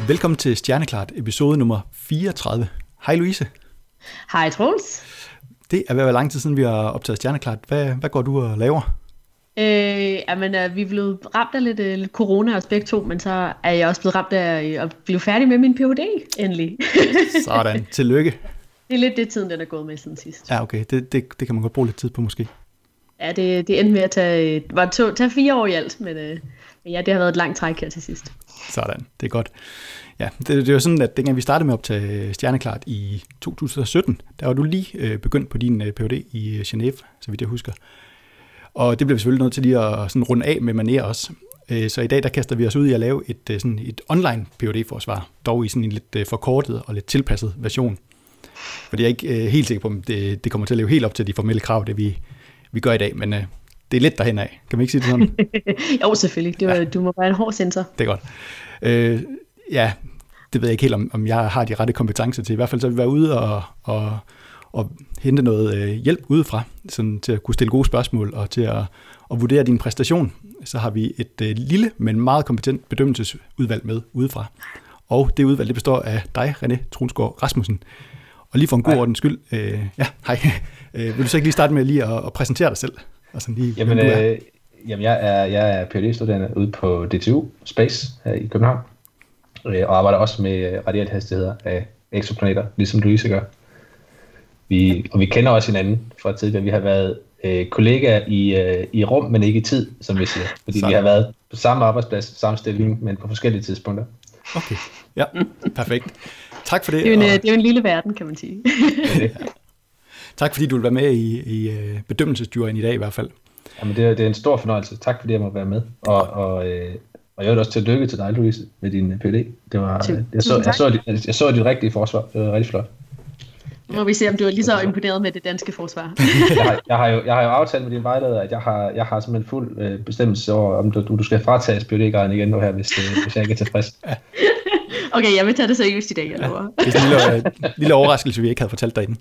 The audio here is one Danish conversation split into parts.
Velkommen til Stjerneklart, episode nummer 34. Hej Louise. Hej Troels. Det er ved at være lang tid siden, vi har optaget Stjerneklart. Hvad går du og laver? Vi er blevet ramt af lidt corona os begge to, men så er jeg også blevet ramt af at blive færdig med min Ph.D. endelig. Sådan, tillykke. Det er lidt det tiden, den er gået med siden sidst. Ja, okay. Det kan man godt bruge lidt tid på måske. Ja, det endte med at tage 4 år i alt, men ja, det har været et langt træk her til sidst. Sådan, det er godt. Ja, det var sådan, at dengang vi startede med at optage Stjerneklart i 2017, der var du lige begyndt på din Ph.D. i Genève, så vidt jeg husker. Og det blev vi selvfølgelig nødt til lige at sådan runde af med manér også. Så i dag der kaster vi os ud i at lave et online Ph.D.-forsvar, dog i sådan en lidt forkortet og lidt tilpasset version. Fordi jeg er ikke helt sikker på, om det kommer til at leve helt op til de formelle krav, det vi gør i dag, men det er lidt derhen af. Kan man ikke sige det sådan? Jo, selvfølgelig. Du må være en hård sensor. Det er godt. Ja, det ved jeg ikke helt, om jeg har de rette kompetencer til. I hvert fald så vil vi være ude og hente noget hjælp udefra, sådan til at kunne stille gode spørgsmål og til at vurdere din præstation. Så har vi et lille, men meget kompetent bedømmelsesudvalg med udefra. Og det udvalg, det består af dig, René Trunsgaard Rasmussen. Og lige for en god ordens skyld, hej. Vil du så ikke lige starte med lige at præsentere dig selv? Altså lige, Jamen, jeg er Ph.D.-studerende ude på DTU Space her i København, og arbejder også med radialhastigheder af eksoplaneter, ligesom Louise gør. Vi kender også hinanden fra tidligere. Vi har været kollegaer i rum, men ikke i tid, som vi siger. Fordi vi har været på samme arbejdsplads, samme stilling, men på forskellige tidspunkter. Okay, ja, perfekt. Tak for det. Det er jo en lille verden, kan man sige. Ja. Tak fordi du vil være med i bedømmelsesjuryen i dag i hvert fald. Jamen det er en stor fornøjelse. Tak fordi jeg må være med. Og jeg vil også tillykke til dig, Louise, med din Ph.D. Det var, jeg så dit rigtige forsvar. Det var rigtig flot. Nu må vi se, om du er lige så imponeret med det danske forsvar. jeg har jo aftalt med din vejleder, at jeg har simpelthen fuld bestemmelse over, om du skal fratages Ph.D.-graden igen nu her, hvis jeg ikke er tilfreds. Okay, jeg vil tage det seriøst i dag, jeg lover. Det er en lille overraskelse, vi ikke havde fortalt dig inden.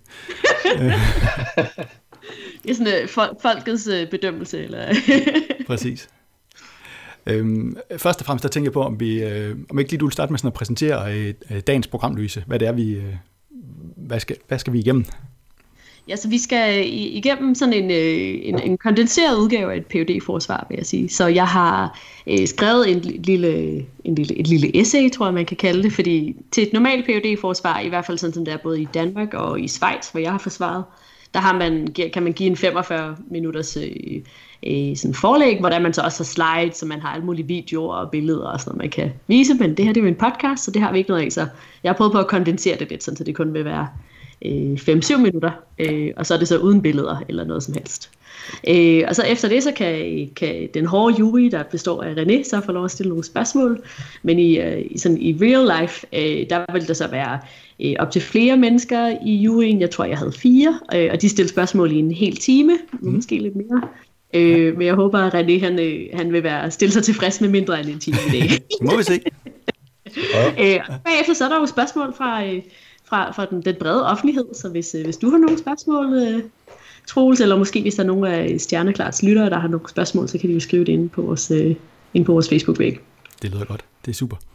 Det er sådan folkets bedømmelse. Eller Præcis. Først og fremmest, der tænker jeg på, om ikke lige du vil starte med sådan at præsentere dagens program, Louise. Hvad det er, hvad skal vi igennem? Ja, så vi skal igennem sådan en kondenseret udgave af et Ph.D.-forsvar, vil jeg sige. Så jeg har skrevet et lille essay, tror jeg, man kan kalde det, fordi til et normalt Ph.D.-forsvar, i hvert fald sådan som det er både i Danmark og i Schweiz, hvor jeg har forsvaret, der kan man give en 45 minutters sådan forlæg, hvor der man så også har slides, så man har alle mulige videoer og billeder og sådan noget, man kan vise, men det her det er jo en podcast, så det har vi ikke noget af, så jeg har prøvet på at kondensere det lidt, så det kun vil være 5-7 minutter, og så er det så uden billeder eller noget som helst. Og så efter det, så kan den hårde jury, der består af René, så få lov at stille nogle spørgsmål, men i real life, der vil der så være op til flere mennesker i juryen. Jeg tror, jeg havde 4, og de stillede spørgsmål i en hel time, måske lidt mere. Men jeg håber, at René han vil stille sig tilfreds med mindre end en time i dag. Må vi se. Bagefter så er der jo spørgsmål fra den brede offentlighed, så hvis du har nogle spørgsmål, Troels, eller måske hvis der er nogle af Stjerneklarts lyttere, der har nogle spørgsmål, så kan de jo skrive det inde på vores Facebook-væg. Det lyder godt. Det er super.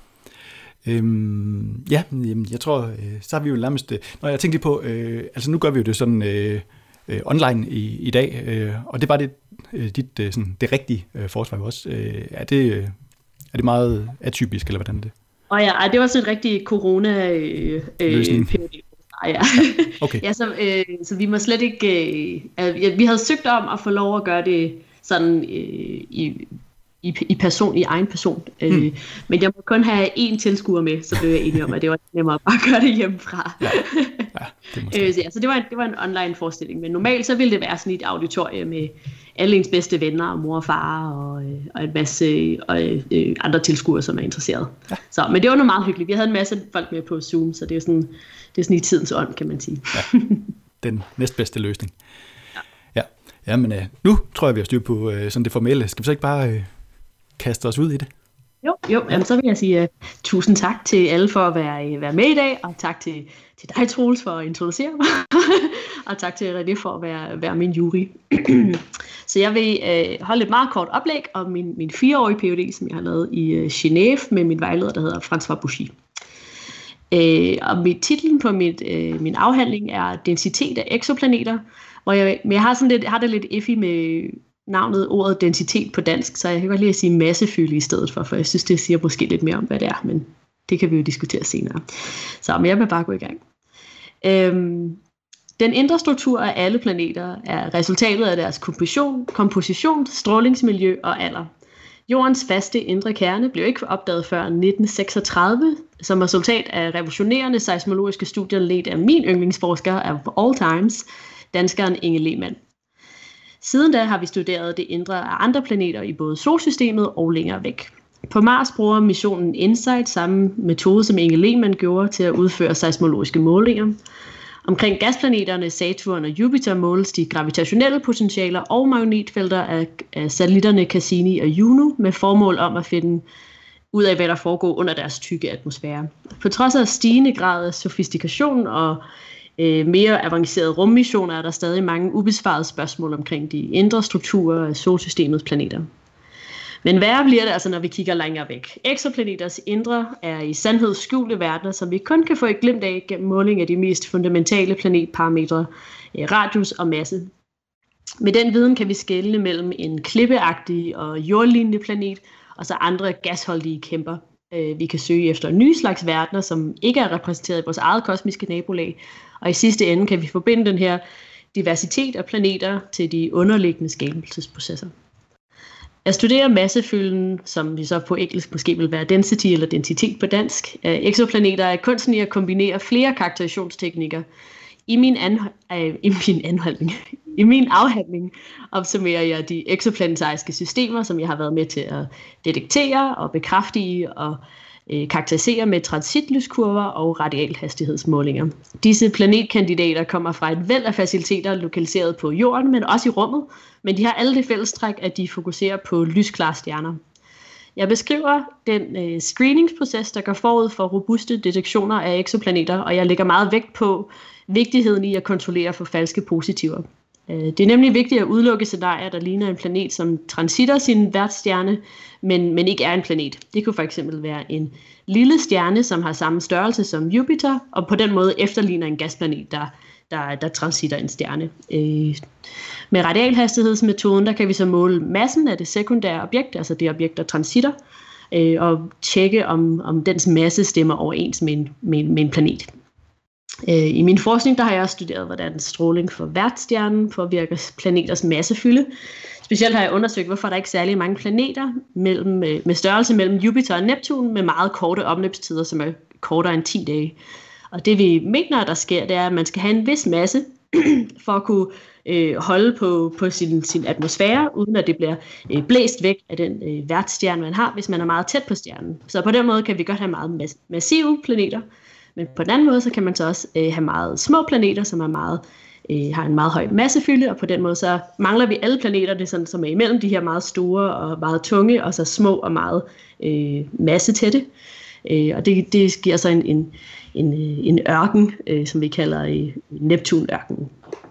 Jeg tror, så har vi jo nærmest... jeg tænkte lige på, altså nu gør vi jo det sådan online i dag, og det var det rigtige forsvar også. Er det meget atypisk, eller hvordan er det? Det var sådan en rigtig corona-løsning. Ja. Okay. Ja, så vi må slet ikke... vi havde søgt om at få lov at gøre det sådan i egen person. Men jeg må kun have 1 tilskuer med, så blev jeg enig om, at det var nemmere at bare gøre det hjemmefra. Så det var en online forestilling, men normalt så ville det være sådan et auditorium med alle ens bedste venner og mor og far og en masse andre tilskuere, som er interesseret. Ja. Men det var noget meget hyggeligt. Vi havde en masse folk med på Zoom, så det er sådan i tidens ånd, kan man sige. Ja. Den næstbedste løsning. Ja, men nu tror jeg, vi har styr på sådan det formelle. Skal vi så ikke bare kaste os ud i det? Jo, jamen, så vil jeg sige tusind tak til alle for at være med i dag, og tak til dig, Troels, for at introducere mig, og tak til René for at være min jury. Så jeg vil holde et meget kort oplæg om min 4-årige PhD, som jeg har lavet i Genève med min vejleder, der hedder François Bouchy. Og titlen på min afhandling er densitet af eksoplaneter, men jeg har det lidt iffy med navnet, ordet densitet på dansk, så jeg kan godt lide at sige massefylde i stedet for jeg synes, det siger måske lidt mere om, hvad det er, men det kan vi jo diskutere senere. Men jeg vil bare gå i gang. Den indre struktur af alle planeter er resultatet af deres komposition, strålingsmiljø og alder. Jordens faste indre kerne blev ikke opdaget før 1936, som resultat af revolutionerende seismologiske studier ledt af min yndlingsforsker af all times, danskeren Inge Lehmann. Siden da har vi studeret det indre af andre planeter i både solsystemet og længere væk. På Mars bruger missionen InSight samme metode, som Inge Lehmann gjorde til at udføre seismologiske målinger. Omkring gasplaneterne Saturn og Jupiter måles de gravitationelle potentialer og magnetfelter af satellitterne Cassini og Juno med formål om at finde ud af, hvad der foregår under deres tykke atmosfære. På trods af stigende grad af sofistikation og mere avancerede rummissioner er der stadig mange ubesvarede spørgsmål omkring de indre strukturer af solsystemets planeter. Men værre bliver det altså, når vi kigger længere væk. Exoplaneters indre er i sandhed skjulte verdener, som vi kun kan få et glimt af gennem måling af de mest fundamentale planetparametre, radius og masse. Med den viden kan vi skelne mellem en klippeagtig og jordlignende planet, og så andre gasholdige kæmper. Vi kan søge efter nye slags verdener, som ikke er repræsenteret i vores eget kosmiske nabolag, og i sidste ende kan vi forbinde den her diversitet af planeter til de underliggende skabelsesprocesser. At studere massefylden, som vi så på engelsk måske vil være density eller densitet på dansk, af eksoplaneter er kunsten i at kombinere flere karakterisationsteknikker. I min afhandling opsummerer jeg de eksoplanetariske systemer, som jeg har været med til at detektere og bekræftige og karakterisere med transitlyskurver og radialhastighedsmålinger. Disse planetkandidater kommer fra et væld af faciliteter lokaliseret på jorden, men også i rummet, men de har alle det fællestræk, at de fokuserer på lysklare stjerner. Jeg beskriver den screeningsproces, der går forud for robuste detektioner af eksoplaneter, og jeg lægger meget vægt på vigtigheden i at kontrollere for falske positiver. Det er nemlig vigtigt at udelukke scenarier, der ligner en planet, som transitter sin værtsstjerne, men ikke er en planet. Det kunne fx være en lille stjerne, som har samme størrelse som Jupiter, og på den måde efterligner en gasplanet, der transitter en stjerne. Med radialhastighedsmetoden, der kan vi så måle massen af det sekundære objekt, altså det objekt, der transitter, og tjekke, om dens masse stemmer overens med en planet. I min forskning der har jeg også studeret, hvordan stråling fra værtsstjernen påvirker planeters massefylde. Specielt har jeg undersøgt, hvorfor der ikke er særlig mange planeter med størrelse mellem Jupiter og Neptun med meget korte omløbstider, som er kortere end 10 dage. Og det vi mener, der sker, det er, at man skal have en vis masse for at kunne holde på sin atmosfære, uden at det bliver blæst væk af den værtsstjerne, man har, hvis man er meget tæt på stjernen. Så på den måde kan vi godt have meget massive planeter, men på den anden måde, så kan man så også have meget små planeter, som har en meget høj massefylde, og på den måde så mangler vi alle planeter, det sådan, som er imellem de her meget store og meget tunge, og så små og meget massetætte. Og det giver så en ørken, som vi kalder Neptunørkenen.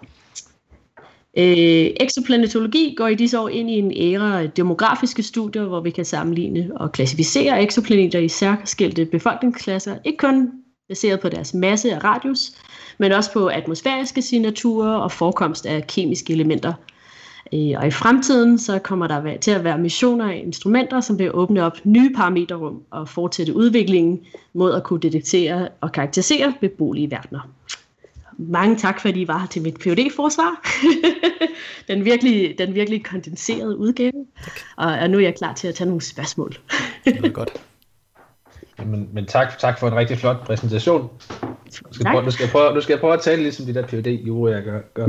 Exoplanetologi går i disse år ind i en æra af demografiske studier, hvor vi kan sammenligne og klassificere exoplaneter i særskilte befolkningsklasser, ikke kun baseret på deres masse og radius, men også på atmosfæriske signaturer og forekomst af kemiske elementer. Og i fremtiden så kommer der til at være missioner af instrumenter, som vil åbne op nye parameterrum og fortsætte udviklingen mod at kunne detektere og karakterisere beboelige verdener. Mange tak, fordi I var her til mit PhD-forsvar. den virkelig kondenserede udgave. Og nu er jeg klar til at tage nogle spørgsmål. Det er godt. Men tak for en rigtig flot præsentation. Nu skal jeg prøve at tale ligesom de der PhD-juryer gør.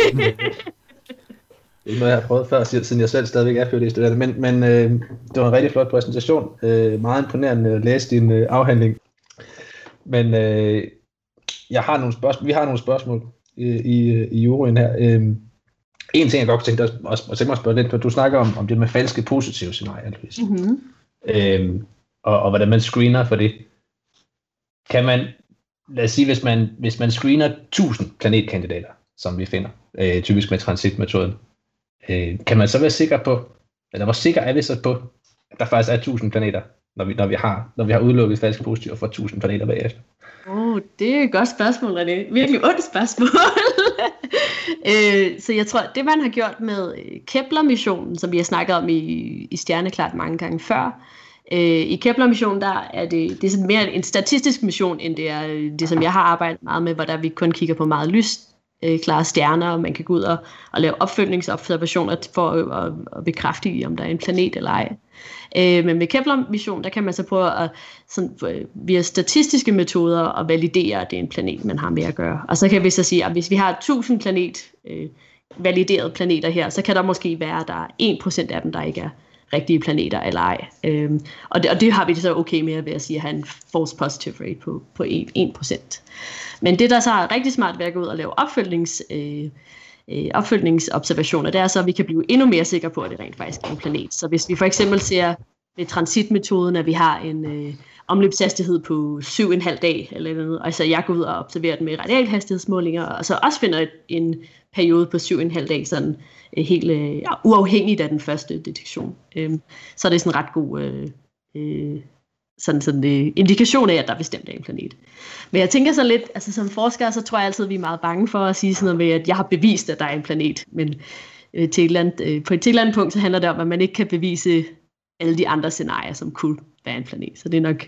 Det er ikke noget, jeg har prøvet før, siden jeg selv stadigvæk er PhD-studerende, men det var en rigtig flot præsentation. Meget imponerende at læse din afhandling. Men vi har nogle spørgsmål i juryen her. En ting, jeg godt kunne tænke mig at spørge lidt, for du snakker om det med falske positive scenarier. Mm-hmm. og hvordan man screener for det. Kan man, lad os sige, hvis man screener 1000 planetkandidater, som vi finder, typisk med transitmetoden, kan man så være sikker på, eller hvor sikker er vi så på, at der faktisk er 1000 planeter, når vi har udelukket falsk positiv for 1000 planeter bagefter? Det er et godt spørgsmål, René. Virkelig ondt spørgsmål. Så jeg tror, det man har gjort med Kepler-missionen, som vi har snakket om i Stjerneklart mange gange før, i Kepler-missionen, der er det er sådan mere en statistisk mission, end det er det, som jeg har arbejdet meget med, hvor der vi kun kigger på meget klare stjerner, og man kan gå ud og lave opfølgningsobservationer for at bekræfte, om der er en planet eller ej. Men med Kepler-missionen, der kan man så prøve at via statistiske metoder at validere, at det er en planet, man har med at gøre. Og så kan vi så sige, at hvis vi har 1000 validerede planeter her, så kan der måske være, at der er 1% af dem, der ikke er rigtige planeter eller ej. Og det har vi det så okay med ved at sige, at have en false positive rate på 1%. Men det, der så er rigtig smart ved at gå ud og lave opfølgningsobservationer, det er så, at vi kan blive endnu mere sikre på, at det rent faktisk er en planet. Så hvis vi for eksempel ser ved transitmetoden, at vi har en omløbshastighed på 7,5 dage, eller noget, og så jeg går ud og observerer den med radialhastighedsmålinger, og så også finder en periode på 7,5 dage, sådan helt uafhængigt af den første detektion. Så er det sådan en ret god sådan indikation af, at der er bestemt er en planet. Men jeg tænker så lidt, altså som forsker, så tror jeg altid, at vi er meget bange for at sige sådan noget med, at jeg har bevist, at der er en planet. Men på et eller andet punkt, så handler det om, at man ikke kan bevise alle de andre scenarier, som kunne være en planet. Så det er nok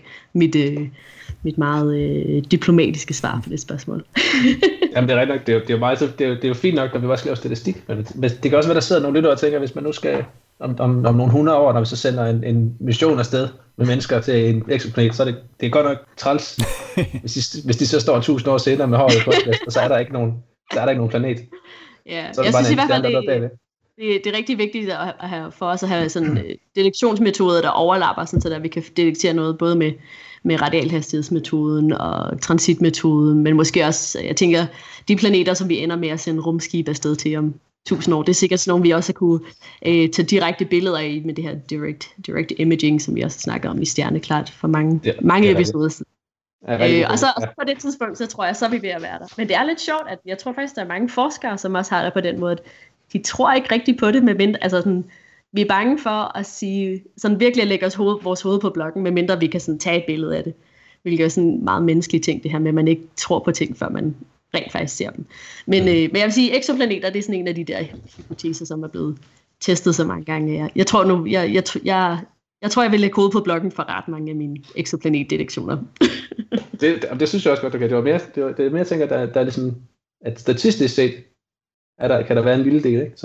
mit meget diplomatiske svar på det spørgsmål. Jamen det er rigtigt nok. Det er jo fint nok, når vi bare skal lave statistik. Men det kan også være, der sidder nogle lyttere og tænker, hvis man nu skal om nogle 100 år, når vi så sender en mission afsted med mennesker til en eksoplanet, så er det er godt nok træls, hvis de så står 1000 år senere med håret på plads, og så er der ikke nogen planet. Ja, så jeg synes i hvert fald, det er rigtig vigtigt at have, for os at have sådan detektionsmetoder, der overlapper, sådan, så der vi kan detektere noget både med radialhastighedsmetoden og transitmetoden, men måske også, jeg tænker, de planeter, som vi ender med at sende rumskib afsted til om 1000 år, det er sikkert sådan nogle, vi også har kunne tage direkte billeder af med det her direct imaging, som vi også snakker om i Stjerneklart for mange episoder siden. Og så på det tidspunkt, så tror jeg, så er vi ved at være der. Men det er lidt sjovt, at jeg tror faktisk, der er mange forskere, som også har det på den måde, at de tror ikke rigtigt på det, altså sådan, vi er bange for at sige, sådan virkelig at lægge vores hoved på blokken, medmindre vi kan sådan tage et billede af det. Hvilket er sådan en meget menneskelig ting, det her med, at man ikke tror på ting, før man rent faktisk ser dem. Men jeg vil sige, eksoplaneter, det er sådan en af de der hypoteser, som er blevet testet så mange gange. Jeg tror, jeg vil lægge hovedet på blokken for ret mange af mine exoplanetdetektioner. det synes jeg også godt, du kan. Det er mere, jeg tænker, der er ligesom, at statistisk set, kan der være en lille del, ikke?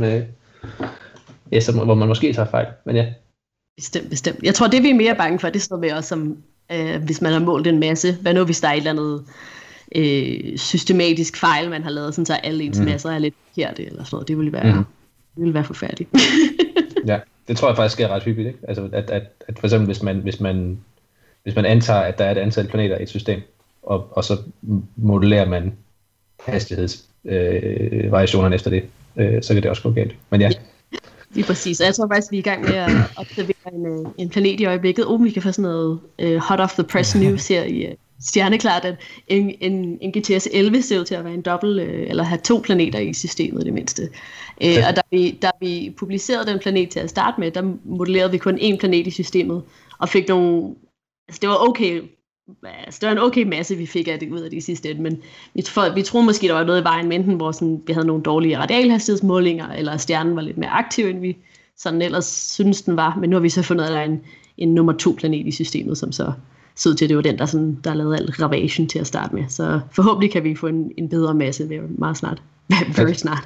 Hvor man måske tager fejl, men ja. Bestemt. Jeg tror, det vi er mere bange for, det står med os som, hvis man har målt en masse, hvad nu hvis der er et eller andet systematisk fejl, man har lavet, sådan så alle ens masser er lidt forkerte, eller sådan noget. Det ville være forfærdeligt. Ja, det tror jeg faktisk sker ret hyppigt, ikke? Altså, at for eksempel, hvis man antager, at der er et antal planeter i et system, og så modellerer man hastighedsvariationerne efter det, så kan det også gå galt. Men ja. Lige præcis. Og jeg tror faktisk, vi er i gang med at observere en planet i øjeblikket. Vi kan få sådan noget hot off the press news her i Stjerneklart, at en GTS 11 ser ud til at være en dobbelt, eller have 2 planeter i systemet i det mindste. Og da vi publicerede den planet til at starte med, der modellerede vi kun 1 planet i systemet, og fik nogle, altså det var okay, altså det var en okay masse, vi fik af det ud af det i sidste ende, men vi troede måske, der var noget i vejen med enten, hvor sådan, vi havde nogle dårlige radialhastighedsmålinger, eller stjernen var lidt mere aktiv, end vi sådan ellers synes den var, men nu har vi så fundet, at der er en nummer 2 planet i systemet, som så ud til, det var den, der lavede al ravagen til at starte med. Så forhåbentlig kan vi få en bedre masse meget snart. Very snart.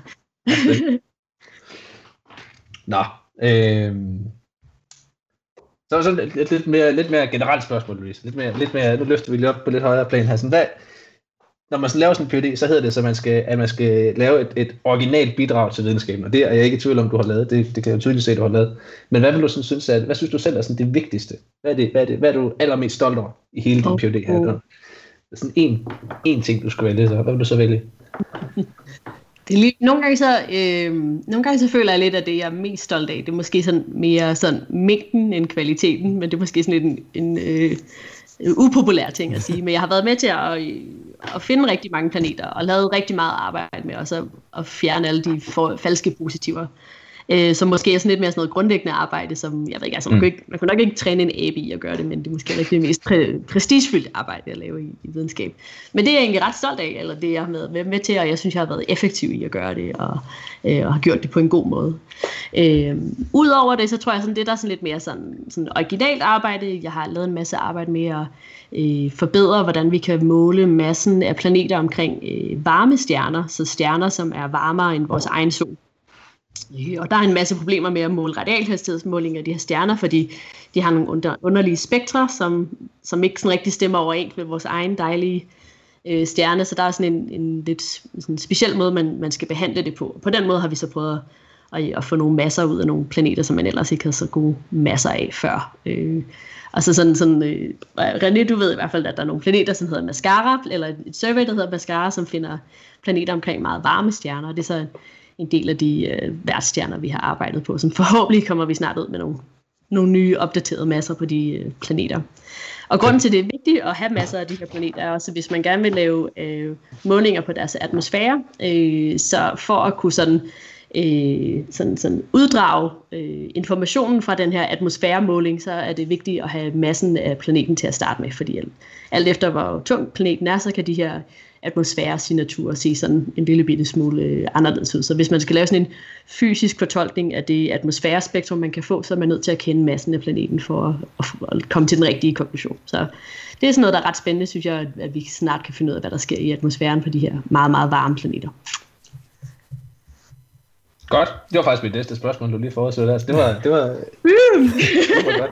Nå. Så sådan et lidt mere generelt spørgsmål, Louise. Lidt mere, nu løfter vi lige op på lidt højere plan her. Sådan, når man laver sådan en PhD, så hedder det så, at man skal lave et originalt bidrag til videnskaben, og det er jeg ikke i tvivl om, du har lavet. Det kan jeg jo tydeligt se, at du har lavet. Men hvad synes du selv er sådan det vigtigste? Hvad er du allermest stolt over i hele din PhD her? Sådan en ting, du skal vælge, så hvad vil du så vælge? Nogle gange så føler jeg lidt, at det jeg er mest stolt af, det er måske sådan mere sådan mængden end kvaliteten, men det er måske sådan en upopulær ting at sige. Men jeg har været med til at finde rigtig mange planeter, og lavet rigtig meget arbejde med også at fjerne alle de falske positiver. Som måske er sådan lidt mere sådan noget grundlæggende arbejde, som jeg ved ikke, altså man kunne nok ikke træne en abe i at gøre det, men det er måske rigtig det mest prestigefyldt arbejde at lave i videnskab. Men det er jeg egentlig ret stolt af, eller det jeg har været med til, og jeg synes, jeg har været effektiv i at gøre det, og har gjort det på en god måde. Udover det, så tror jeg, sådan, det der er sådan lidt mere sådan originalt arbejde. Jeg har lavet en masse arbejde med at forbedre, hvordan vi kan måle massen af planeter omkring varme stjerner, så stjerner, som er varmere end vores egen sol. Og der er en masse problemer med at måle radialhastighedsmålinger af de her stjerner, fordi de har nogle underlige spektre, som ikke sådan rigtig stemmer overens med vores egen dejlige stjerne, så der er sådan en lidt sådan speciel måde, man skal behandle det på. På den måde har vi så prøvet at få nogle masser ud af nogle planeter, som man ellers ikke havde så gode masser af før. Og så René, du ved i hvert fald, at der er nogle planeter, som hedder Mascara, eller et survey, der hedder Mascara, som finder planeter omkring meget varme stjerner, og det er så en del af de værtsstjerner, vi har arbejdet på, som forhåbentlig kommer vi snart ud med nogle nye opdaterede masser på de planeter. Og grunden til, det er vigtigt at have masser af de her planeter, er også, hvis man gerne vil lave målinger på deres atmosfære, så for at kunne sådan uddrage informationen fra den her atmosfæremåling, så er det vigtigt at have massen af planeten til at starte med, fordi alt efter hvor tung planeten er, så kan de her atmosfæresignaturer se sådan en lille bitte smule anderledes ud. Så hvis man skal lave sådan en fysisk fortolkning af det atmosfærespektrum, man kan få, så er man nødt til at kende massen af planeten for at komme til den rigtige konklusion. Så det er sådan noget, der er ret spændende, synes jeg, at vi snart kan finde ud af, hvad der sker i atmosfæren på de her meget, meget varme planeter. Godt. Det var faktisk mit næste spørgsmål, du lige forudså der. Så det var godt.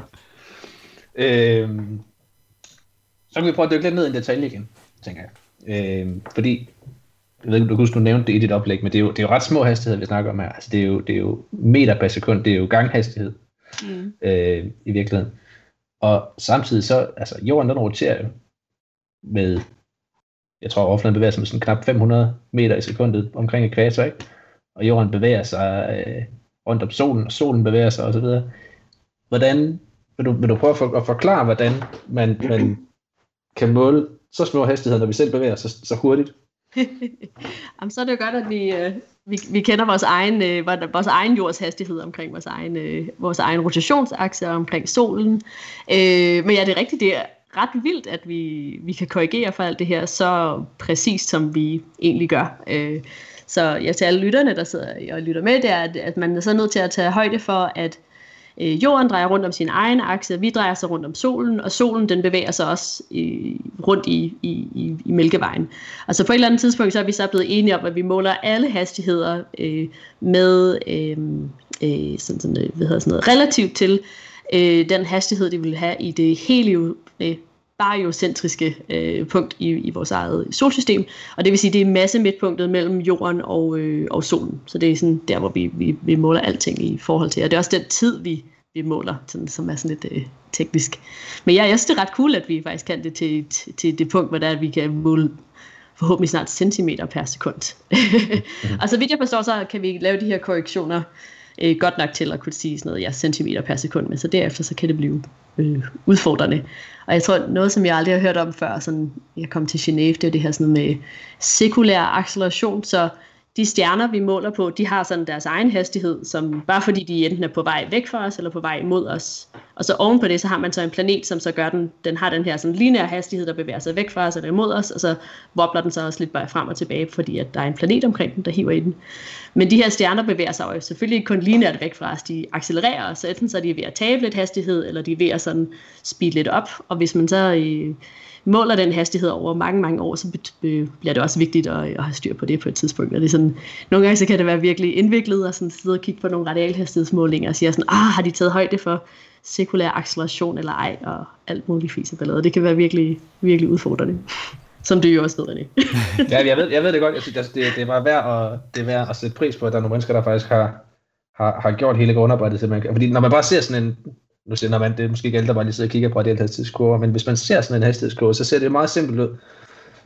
Så kan vi prøve at dykke lidt ned i en detalje igen, tænker jeg. Fordi, jeg ved ikke, du husker, du nævnte det i dit oplæg, men det er jo ret små hastigheder, vi snakker om her. Altså, det er jo meter per sekund, det er jo ganghastighed i virkeligheden. Og samtidig så, altså jorden den roterer jo med, jeg tror overfladen bevæger sig med sådan knap 500 meter i sekundet omkring ækvator, ikke? Og jorden bevæger sig rundt om solen, og solen bevæger sig osv. Hvordan, vil du prøve at forklare, hvordan man kan måle så små hastigheder, når vi selv bevæger os så hurtigt? Jamen, så er det jo godt, at vi kender vores egen jords hastighed omkring vores egen rotationsakse omkring solen. Men ja, det er rigtigt, det er ret vildt, at vi kan korrigere for alt det her så præcist, som vi egentlig gør. Så til alle lytterne, der sidder og lytter med, det er, at man er så nødt til at tage højde for, at jorden drejer rundt om sin egen akse, vi drejer sig rundt om solen, og solen den bevæger sig også rundt i Mælkevejen. Altså på et eller andet tidspunkt, så er vi så blevet enige om, at vi måler alle hastigheder med relativt til den hastighed, de vil have i det bariocentriske punkt i vores eget solsystem, og det vil sige, det er massemidtpunktet mellem jorden og solen. Så det er sådan der, hvor vi måler alting i forhold til, og det er også den tid, vi måler, sådan, som er sådan lidt teknisk. Men jeg synes, det er ret cool, at vi faktisk kan det til det punkt, hvor der vi kan måle forhåbentlig snart centimeter per sekund. Og så vidt jeg forstår, så kan vi lave de her korrektioner godt nok til at kunne sige sådan noget, centimeter per sekund, men så derefter så kan det blive udfordrende. Og jeg tror, noget som jeg aldrig har hørt om før, sådan jeg kom til Genève, det er det her sådan med sekulær acceleration, så de stjerner, vi måler på, de har sådan deres egen hastighed, som bare fordi de enten er på vej væk fra os, eller på vej mod os. Og så oven på det, så har man så en planet, som så gør den har den her sådan lineære hastighed, der bevæger sig væk fra os, eller imod os, og så wobbler den så også lidt bare frem og tilbage, fordi at der er en planet omkring den, der hiver i den. Men de her stjerner bevæger sig jo selvfølgelig ikke kun lineært væk fra os, de accelererer, så enten så er de ved at tabe lidt hastighed, eller de er ved at sådan speede lidt op, og hvis man så måler den hastighed over mange, mange år, så bliver det også vigtigt at have styr på det på et tidspunkt. Og det er sådan, nogle gange så kan det være virkelig indviklet at sådan sidde og kigge på nogle radialhastighedsmålinger og sige sådan, har de taget højde for sekulær acceleration eller ej, og alt muligt fiseballade. Det kan være virkelig, virkelig udfordrende. Som du jo også ved, René. Ja, jeg ved det godt. Jeg synes, det er bare værd at sætte pris på, at der er nogle mennesker, der faktisk har gjort hele grundarbejdet. Fordi når man bare ser sådan en, nu siger det er måske ikke alle, der bare lige sidder og kigger på radialhastighedskurver, men hvis man ser sådan en hastighedskurve, så ser det meget simpelt ud.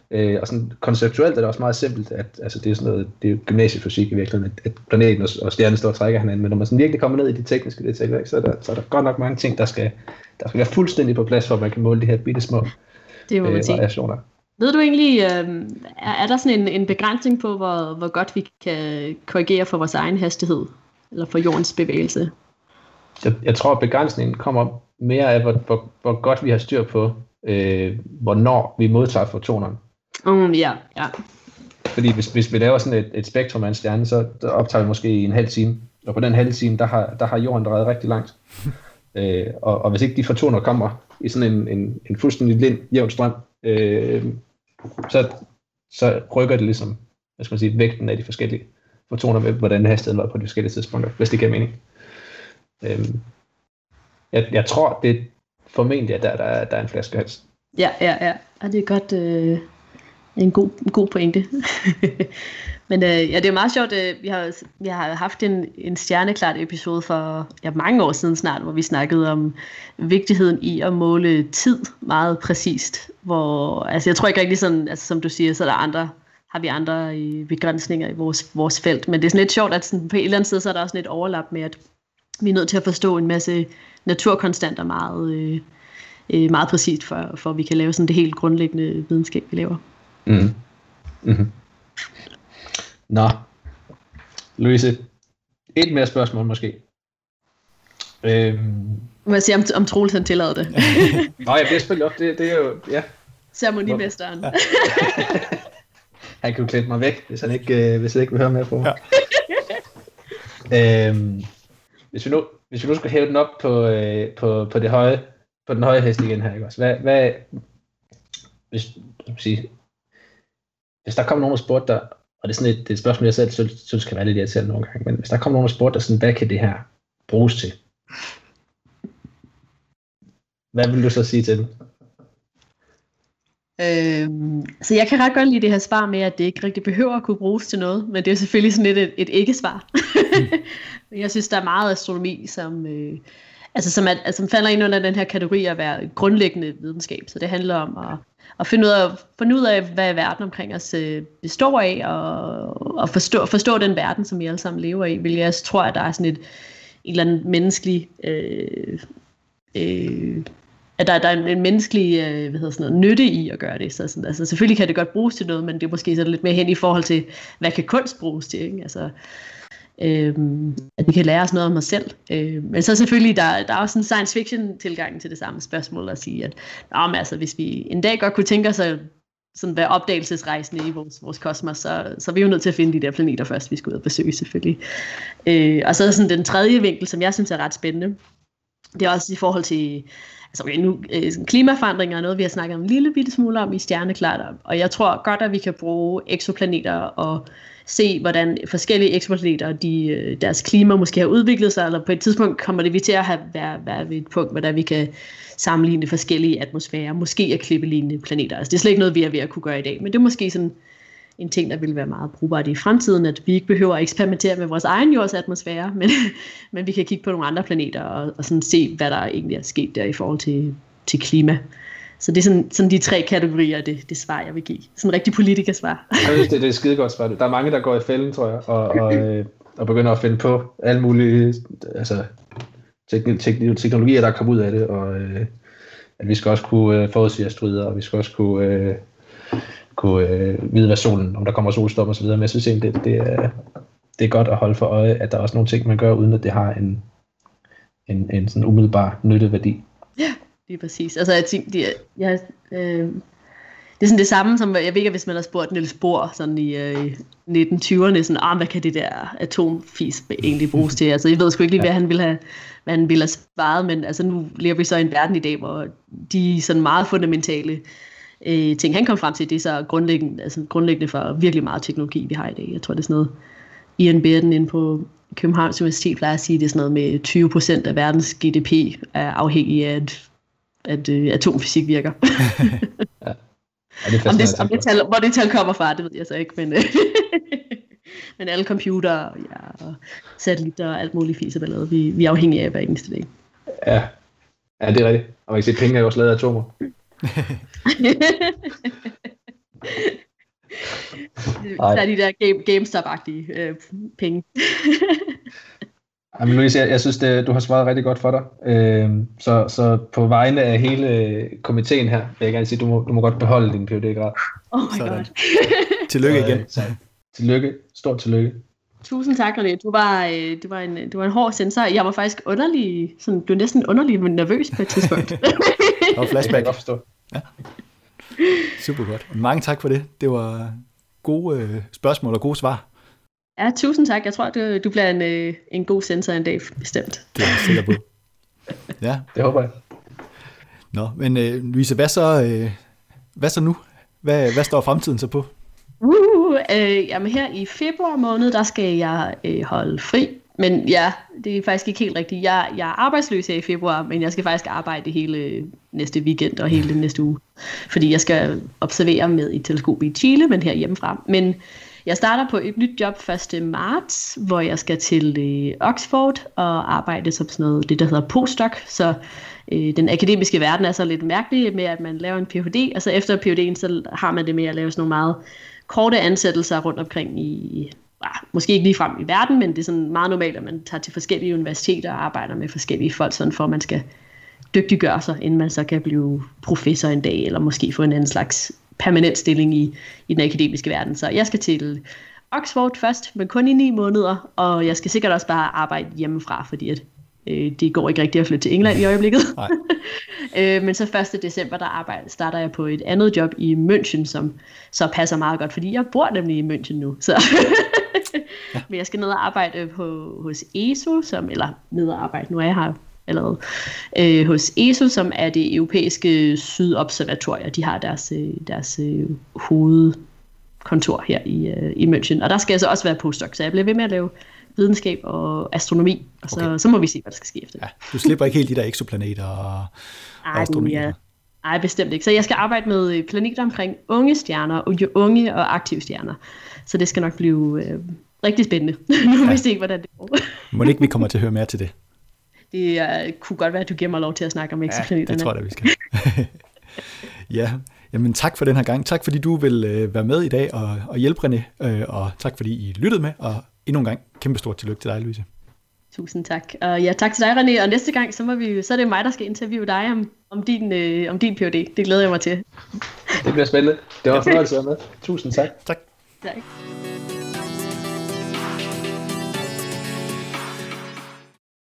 Og sådan konceptuelt er det også meget simpelt, at altså, det er sådan noget, det er jo gymnasiefysik i virkeligheden, at planeten og stjernen står og trækker hinanden, men når man sådan virkelig kommer ned i de tekniske detaljer, så er der godt nok mange ting, der skal være fuldstændig på plads, for at man kan måle de her bitte små variationer. Ved du egentlig, er der sådan en begrænsning på, hvor godt vi kan korrigere for vores egen hastighed, eller for jordens bevægelse? Jeg tror, at begrænsningen kommer mere af, hvor godt vi har styr på, hvornår vi modtager fotonerne. Ja. Fordi hvis vi laver sådan et spektrum af en stjerne, så optager vi måske i en halv time. Og på den halve time, der har jorden drejet rigtig langt. Og hvis ikke de fotoner kommer i sådan en fuldstændig jævn strøm, så rykker det ligesom, hvad skal man sige, vægten af de forskellige fotoner med, hvordan hastigheden var på de forskellige tidspunkter, hvis det giver mening. Jeg tror, det er formentlig, at der er en flaskehals. Ja. Det er godt. En god pointe. Men det er meget sjovt. Vi har haft en stjerneklart episode for mange år siden snart, hvor vi snakkede om vigtigheden i at måle tid meget præcist. Hvor, altså jeg tror ikke rigtig sådan, altså som du siger, så har vi andre begrænsninger i vores felt. Men det er sådan lidt sjovt, at sådan på et eller andet sted, så er der også lidt overlap med, at vi er nødt til at forstå en masse naturkonstanter meget præcist, for at vi kan lave sådan det helt grundlæggende videnskab, vi laver. Mm-hmm. Nå, Louise, et mere spørgsmål måske. Må jeg sige, om Troels han tillader det? Nå, jeg bliver selvfølgelig op, det er jo, ja. Ceremonimesteren. Han kan jo klippe mig væk, hvis han ikke vil høre mere på mig. Ja. Hvis vi nu skal hæve den op på den høje hest igen her, ikke også? Hvad hvis der kommer nogen og spurgte dig, og det er sådan et spørgsmål, jeg selv synes kan være lidt irriterende nogle gange, men hvis der kommer nogen og spurgte dig sådan, hvad kan det her bruges til? Hvad vil du så sige til dem? Så jeg kan ret godt lide det her svar med, at det ikke rigtig behøver at kunne bruges til noget, men det er jo selvfølgelig sådan lidt et ikke-svar. Jeg synes, der er meget astronomi, som falder ind under den her kategori at være grundlæggende videnskab. Så det handler om at finde ud af, hvad verden omkring os består af, og forstå den verden, som vi alle sammen lever i. Hvilket jeg tror, at der er sådan et eller andet menneskelig at der er en menneskelig nytte i at gøre det. Så sådan, altså, selvfølgelig kan det godt bruges til noget, men det er måske så lidt mere hen i forhold til, hvad kan kunst bruges til, ikke? Altså, at vi kan lære os noget om os selv. Men så selvfølgelig, der er også en science fiction tilgang til det samme spørgsmål, at sige, at altså, hvis vi en dag godt kunne tænke os at sådan være opdagelsesrejsende i vores kosmos, så er vi jo nødt til at finde de der planeter først, vi skal ud og besøge selvfølgelig. Og så er sådan den tredje vinkel, som jeg synes er ret spændende, det er også i forhold til klimaforandringer er noget, vi har snakket om en lille bitte smule om i Stjerneklart, og jeg tror godt, at vi kan bruge eksoplaneter og se, hvordan forskellige eksoplaneter, deres klima måske har udviklet sig, eller på et tidspunkt kommer det vi til at være ved et punkt, hvor vi kan sammenligne forskellige atmosfærer, måske af klippelignende planeter. Altså det er slet ikke noget, vi er ved at kunne gøre i dag, men det er måske sådan en ting, der vil være meget brugbart i fremtiden, at vi ikke behøver at eksperimentere med vores egen jords atmosfære, men vi kan kigge på nogle andre planeter og sådan se, hvad der egentlig er sket der i forhold til klima. Så det er sådan de tre kategorier, det svar, jeg vil give. Sådan en rigtig politikersvar. Jeg synes, det er et skidegodt svar. Der er mange, der går i fælden, tror jeg, og begynder at finde på alle mulige teknologier, der kommer ud af det, og at vi skal også kunne forudsige asteroider, og vi skal også kunne vide, hvad solen, om der kommer solstorm og så videre. Men jeg synes egentlig, det er godt at holde for øje, at der er også nogle ting, man gør, uden at det har en sådan umiddelbar nytteværdi. Ja, det er præcis. Altså jeg tænkte, det er sådan det samme, som jeg ved ikke, hvis man har spurgt Niels Bohr sådan i 1920'erne, sådan, hvad kan det der atomfis egentlig bruges til? Altså jeg ved sgu ikke lige, hvad han ville have svaret, men altså nu lever vi så i en verden i dag, hvor de sådan meget fundamentale ting, han kom frem til, det er så grundlæggende for virkelig meget teknologi, vi har i dag. Jeg tror, det er sådan noget, Ian Bearden inde på Københavns Universitet plejer at sige, det er sådan noget med 20% af verdens GDP er afhængig af, at atomfysik virker. Ja. Hvor det tal kommer fra, det ved jeg så ikke, men, men alle computere og satellitter og alt muligt fis er lavet, vi er afhængige af hver eneste dag. Ja, det er rigtigt. Og man kan se, at penge er jo også lavet af atomer. især de der GameStop-agtige penge. Jamen Louise, jeg synes, du har svaret rigtig godt for dig. Så på vegne af hele komiteen her, vil jeg gerne sige, du må godt beholde din PhD-grad. Oh my god. Tillykke igen. Tillykke. Stort tillykke. Tusind tak, René. Du var en hård sensor. Jeg var faktisk underlig, sådan, du var næsten underlig, men nervøs på et tidspunkt. Og flashback. Jeg forstå. Ja. Super godt. Mange tak for det. Det var gode spørgsmål og gode svar. Ja, tusind tak. Jeg tror, du bliver en god sensor en dag, bestemt. Det er jeg sikker på. Ja. Det håber jeg. Nå, men Louise, hvad så nu? Hvad står fremtiden så på? Jamen her i februar måned, der skal jeg holde fri. Men ja, det er faktisk ikke helt rigtigt. Jeg er arbejdsløs her i februar, men jeg skal faktisk arbejde hele næste weekend og hele næste uge. Fordi jeg skal observere med et teleskop i Chile, men her hjemmefra. Men jeg starter på et nyt job 1. marts, hvor jeg skal til Oxford og arbejde som sådan noget, det der hedder postdoc. Så den akademiske verden er så lidt mærkelig med, at man laver en Ph.D., og så efter Ph.D.'en, så har man det med at lave sådan nogle meget korte ansættelser rundt omkring i, måske ikke lige frem i verden, men det er sådan meget normalt, at man tager til forskellige universiteter og arbejder med forskellige folk, sådan for at man skal dygtiggøre sig, inden man så kan blive professor en dag, eller måske få en anden slags permanent stilling i den akademiske verden. Så jeg skal til Oxford først, men kun i 9 måneder, og jeg skal sikkert også bare arbejde hjemmefra, fordi at det går ikke rigtigt at flytte til England i øjeblikket. Men så 1. december, der starter jeg på et andet job i München, som så passer meget godt, fordi jeg bor nemlig i München nu. Så ja. Men jeg skal ned og arbejde hos ESO, nu er jeg her allerede, hos ESO, som er det europæiske sydobservatorium. De har deres hovedkontor her i München, og der skal jeg så også være postdoc, så jeg bliver ved med at lave videnskab og astronomi, og så må vi se, hvad der skal ske efter. Ja, du slipper ikke helt de der eksoplaneter og astronomi. Nej, bestemt ikke. Så jeg skal arbejde med planeter omkring unge stjerner, unge og aktive stjerner. Så det skal nok blive rigtig spændende. Nu må vi se, hvordan det går. Må ikke vi kommer til at høre mere til det? Det kunne godt være, at du giver mig lov til at snakke om eksoplaneterne. Ja, det tror jeg, vi skal. Ja, jamen tak for den her gang. Tak fordi du vil være med i dag og hjælpe René, og tak fordi I lyttede med, og endnu en gang kæmpe stort tillykke til dig, Louise. Tusind tak. Og ja, tak til dig, René. Og næste gang, så er det mig, der skal interviewe dig om din Ph.D. Det glæder jeg mig til. Det bliver spændende. Det var en fornøjelse at være med. Tusind tak. Tak. Tak.